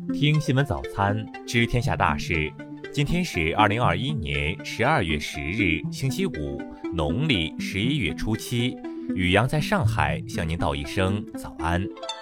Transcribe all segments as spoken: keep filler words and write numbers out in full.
听新闻早餐，知天下大事。今天是二零二一年十二月十日，星期五，农历十一月初七。宇阳在上海向您道一声早安。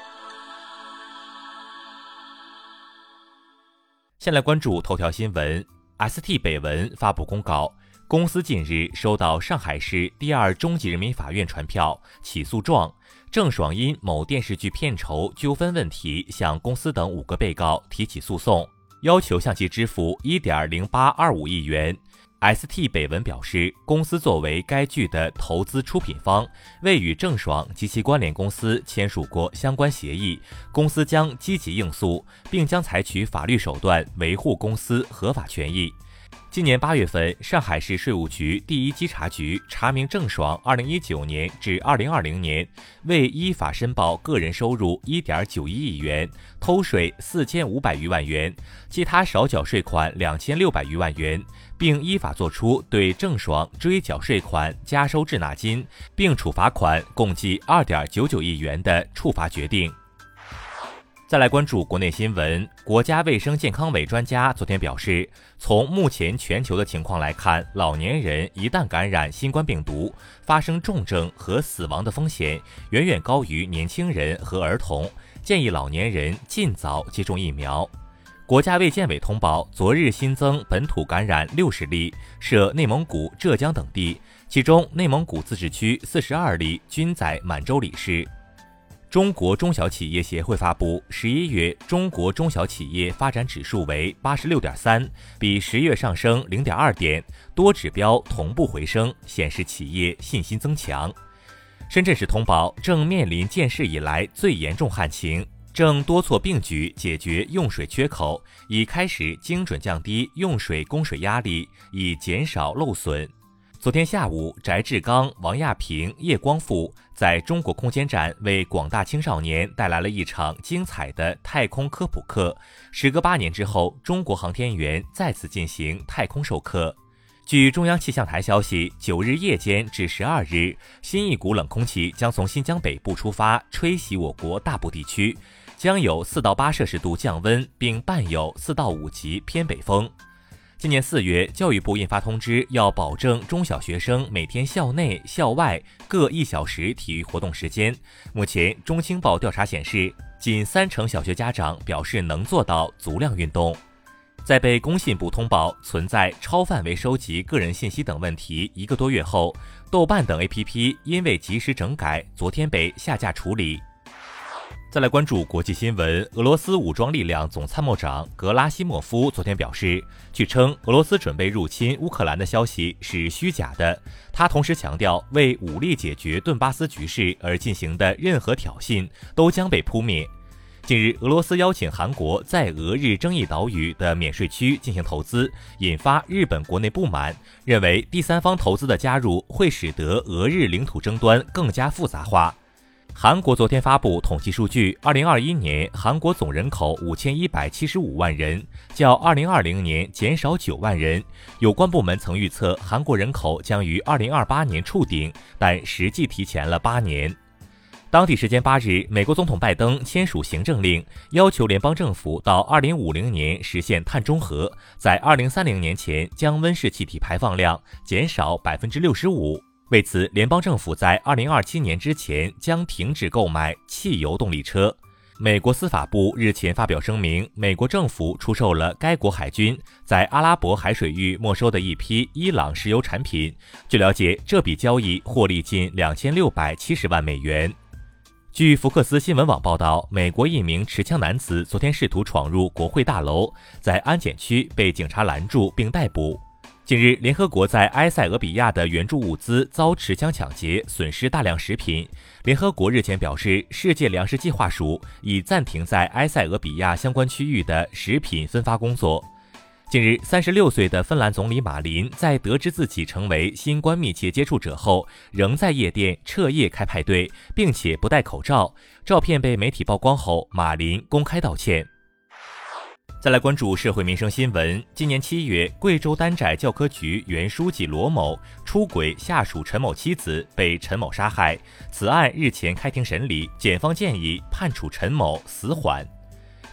先来关注头条新闻。 S T 北文发布公告，公司近日收到上海市第二中级人民法院传票起诉状，郑爽因某电视剧片酬纠纷问题向公司等五个被告提起诉讼，要求向其支付 一点零八二五亿元。S T 北文表示，公司作为该剧的投资出品方，未与郑爽及其关联公司签署过相关协议，公司将积极应诉，并将采取法律手段维护公司合法权益。今年八月份，上海市税务局第一稽查局查明郑爽二零一九年至二零二零年未依法申报个人收入 一点九一亿元，偷税四千五百余万元，其他少缴税款两千六百余万元，并依法作出对郑爽追缴税款、加收滞纳金，并处罚款共计 二点九九亿元的处罚决定。再来关注国内新闻，国家卫生健康委专家昨天表示，从目前全球的情况来看，老年人一旦感染新冠病毒，发生重症和死亡的风险远远高于年轻人和儿童，建议老年人尽早接种疫苗。国家卫健委通报，昨日新增本土感染六十例，涉内蒙古、浙江等地，其中内蒙古自治区四十二例均在满洲里市。中国中小企业协会发布十一月中国中小企业发展指数为 八十六点三， 比十月上升 零点二点，多指标同步回升，显示企业信心增强。深圳市通报，正面临建市以来最严重旱情，正多措并举解决用水缺口，已开始精准降低用水供水压力，以减少漏损。昨天下午，翟志刚、王亚平、叶光富在中国空间站为广大青少年带来了一场精彩的太空科普课。时隔八年之后，中国航天员再次进行太空授课。据中央气象台消息，九日夜间至十二日，新一股冷空气将从新疆北部出发，吹袭我国大部地区，将有四到八摄氏度降温，并伴有四到五级偏北风。今年四月，教育部印发通知，要保证中小学生每天校内、校外各一小时体育活动时间。目前，中青报调查显示，仅三成小学家长表示能做到足量运动。在被工信部通报存在超范围收集个人信息等问题一个多月后，豆瓣等 A P P 因未及时整改，昨天被下架处理。再来关注国际新闻，俄罗斯武装力量总参谋长格拉西莫夫昨天表示，据称俄罗斯准备入侵乌克兰的消息是虚假的。他同时强调，为武力解决顿巴斯局势而进行的任何挑衅都将被扑灭。近日，俄罗斯邀请韩国在俄日争议岛屿的免税区进行投资，引发日本国内不满，认为第三方投资的加入会使得俄日领土争端更加复杂化。韩国昨天发布统计数据，二零二一年韩国总人口五千一百七十五万人，较二零二零年减少九万人。有关部门曾预测韩国人口将于二零二八年触顶，但实际提前了八年。当地时间八日，美国总统拜登签署行政令，要求联邦政府到二零五零年实现碳中和，在二零三零年前将温室气体排放量减少 百分之六十五。为此，联邦政府在二零二七年之前将停止购买汽油动力车。美国司法部日前发表声明，美国政府出售了该国海军在阿拉伯海水域没收的一批伊朗石油产品。据了解，这笔交易获利近两千六百七十万美元。据福克斯新闻网报道，美国一名持枪男子昨天试图闯入国会大楼，在安检区被警察拦住并逮捕。近日，联合国在埃塞俄比亚的援助物资遭持枪抢劫，损失大量食品。联合国日前表示，世界粮食计划署已暂停在埃塞俄比亚相关区域的食品分发工作。近日，三十六岁的芬兰总理马林在得知自己成为新冠密切接触者后，仍在夜店彻夜开派对，并且不戴口罩。照片被媒体曝光后，马林公开道歉。再来关注社会民生新闻。今年七月，贵州丹寨教科局原书记罗某出轨下属陈某妻子，被陈某杀害。此案日前开庭审理，检方建议判处陈某死缓。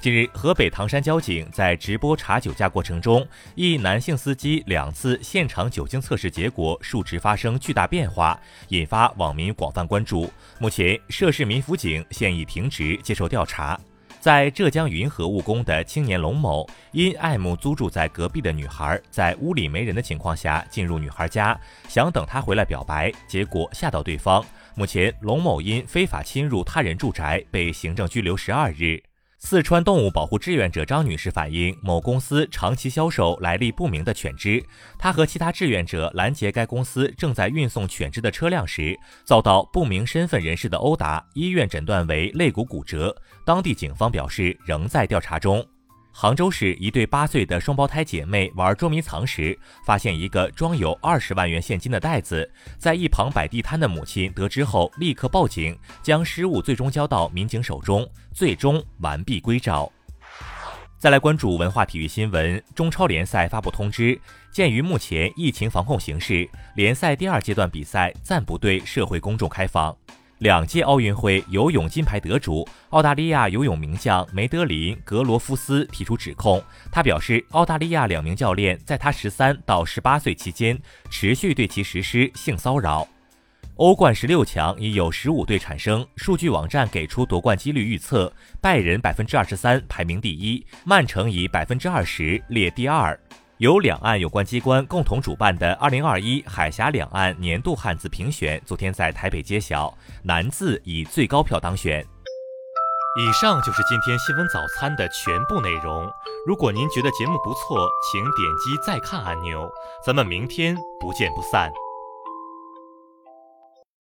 近日，河北唐山交警在直播查酒驾过程中，一男性司机两次现场酒精测试结果数值发生巨大变化，引发网民广泛关注。目前，涉事民辅警现已停职接受调查。在浙江云和务工的青年龙某，因爱慕租住在隔壁的女孩，在屋里没人的情况下进入女孩家，想等她回来表白，结果吓到对方。目前，龙某因非法侵入他人住宅被行政拘留十二日。四川动物保护志愿者张女士反映，某公司长期销售来历不明的犬只，她和其他志愿者拦截该公司正在运送犬只的车辆时，遭到不明身份人士的殴打，医院诊断为肋骨骨折，当地警方表示仍在调查中。杭州市一对八岁的双胞胎姐妹玩捉迷藏时，发现一个装有二十万元现金的袋子，在一旁摆地摊的母亲得知后立刻报警，将失物最终交到民警手中，最终完璧归赵。再来关注文化体育新闻，中超联赛发布通知，鉴于目前疫情防控形势，联赛第二阶段比赛暂不对社会公众开放。两届奥运会游泳金牌得主、澳大利亚游泳名将梅德林·格罗夫斯提出指控。他表示，澳大利亚两名教练在他十三到十八岁期间持续对其实施性骚扰。欧冠十六强已有十五队产生，数据网站给出夺冠几率预测，拜仁百分之二十三排名第一，曼城以百分之二十列第二。由两岸有关机关共同主办的二零二一海峡两岸年度汉字评选昨天在台北揭晓，难字以最高票当选。以上就是今天新闻早餐的全部内容。如果您觉得节目不错，请点击再看按钮。咱们明天不见不散。